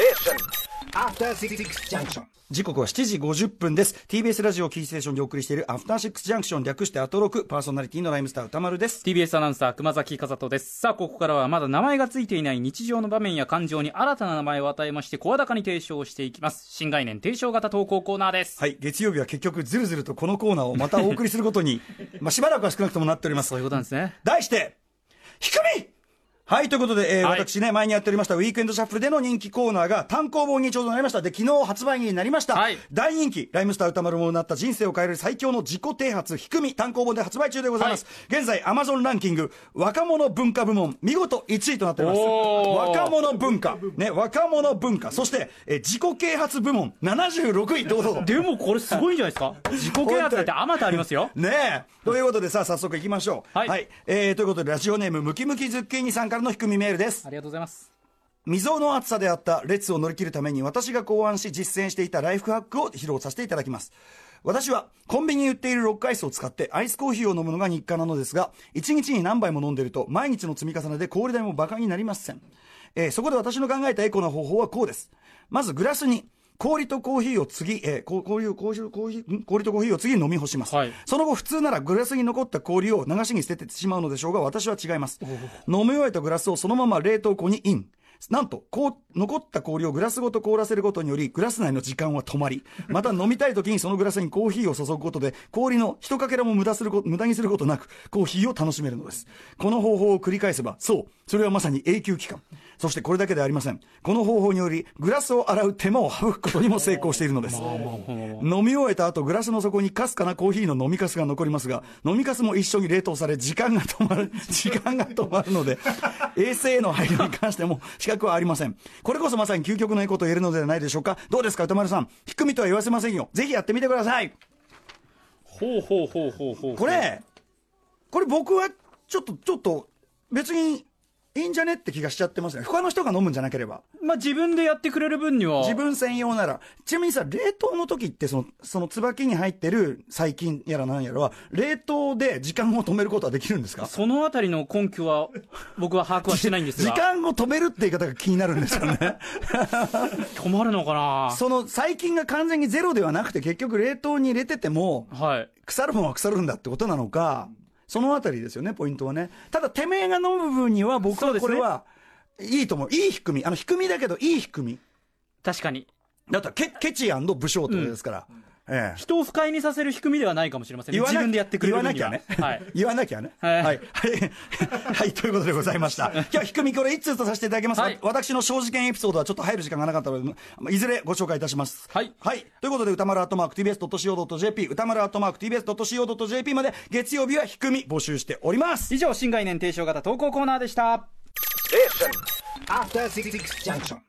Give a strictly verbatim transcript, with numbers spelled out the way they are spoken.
After Six Junction。 時刻はしちじごじゅっぷんです。 ティービーエス ラジオキーステーションでお送りしているアフターシックスジャンクション、略してアトロク。パーソナリティのライムスター歌丸です。 ティービーエス アナウンサー熊崎和人です。さあここからはまだ名前がついていない日常の場面や感情に新たな名前を与えまして声高に提唱していきます。新概念提唱型投稿コーナーです。 はい、月曜日は結局ずるずるとこのコーナーをまたお送りすることにまあしばらくは少なくともなっております。 そういうことなんですね。 題してひくみ。はい、ということで、えーはい、 私ね、前にやっておりましたウィークエンドシャッフルでの人気コーナーが単行本にちょうどなりました。で、昨日発売になりました。はい、大人気、ライムスター歌丸もなった人生を変える最強の自己啓発、ひくみ、単行本で発売中でございます。はい、現在、アマゾンランキング、若者文化部門、見事いちいとなっております。若者文化、ね、若者文化、そして、えー、自己啓発部門、ななじゅうろくい、どうぞ。 でもこれすごいんじゃないですか。自己啓発だってあまたありますよ。 ねえ。ということで、さあ、早速いきましょう。はい。はい、えー、ということで、ラジオネーム、ムキムキズッキーニさんからのひくみメールです。 ありがとうございます。 未曾有の暑さであった列を乗り切るために私が考案し実践していたライフハックを披露させていただきます。私はコンビニに売っているロックアイスを使ってアイスコーヒーを飲むのが日課なのですが、いちにちに何杯も飲んでいると毎日の積み重ねで氷代もバカになりません。えー、そこで私の考えたエコな方法はこうです。まずグラスに氷とコーヒーを次、えー、氷を、氷、氷、氷とコーヒーを次に飲み干します。はい、その後、普通ならグラスに残った氷を流しに捨ててしまうのでしょうが、私は違います。飲み終えたグラスをそのまま冷凍庫にイン。なんとこう残った氷をグラスごと凍らせることによりグラス内の時間は止まり、また飲みたい時にそのグラスにコーヒーを注ぐことで氷の一かけらも無駄するこ無駄にすることなくコーヒーを楽しめるのです。この方法を繰り返せば、そうそれはまさに永久期間。そしてこれだけではありません。この方法によりグラスを洗う手間を省くことにも成功しているのです。飲み終えた後グラスの底にかすかなコーヒーの飲みかすが残りますが、飲みかすも一緒に冷凍され時間が止まる時間が止まるので衛生への配慮に関しても資格はありません。これこそまさに究極のエコと言えるのではないでしょうか。どうですか歌丸さん。ひくみとは言わせませんよ。ぜひやってみてください。 ほうほうほうほうほう。 これこれ僕はちょっとちょっと別にいいんじゃねって気がしちゃってますね。他の人が飲むんじゃなければ。 まあ自分でやってくれる分には。 自分専用なら。ちなみにさ、冷凍の時ってその、その椿に入ってる細菌やらなんやらは、冷凍で時間を止めることはできるんですか？ そのあたりの根拠は、僕は把握はしてないんですが。 時間を止めるって言い方が気になるんですよね。 止まるのかな。 その細菌が完全にゼロではなくて、結局冷凍に入れてても、はい、腐るもんは腐るんだってことなのか、そのあたりですよね、ポイントはね。ただ、てめえが飲む分には、僕はこれは、いいと思う。いいひくみ。あの、ひくみだけど、いいひくみ。 確かに。 だったら、ケ、ケチ&武将ってことですから。うん、ええ、人を不快にさせるひくみではないかもしれませんね。自分でやってくれる分には。 言わなきゃね。はい、言わなきゃね。はい。はい。はい。ということでございました。今日はひくみこれ一通とさせていただきます。はい、私の小事件エピソードはちょっと入る時間がなかったので、いずれご紹介いたします。はい。はい。ということで、歌丸アットマーク ティービーエスドットシーオードットジェーピー、歌丸アットマーク ティービーエスドットシーオードットジェーピー まで、月曜日はひくみ募集しております。 以上、新概念提唱型投稿コーナーでした。 After Six Junction。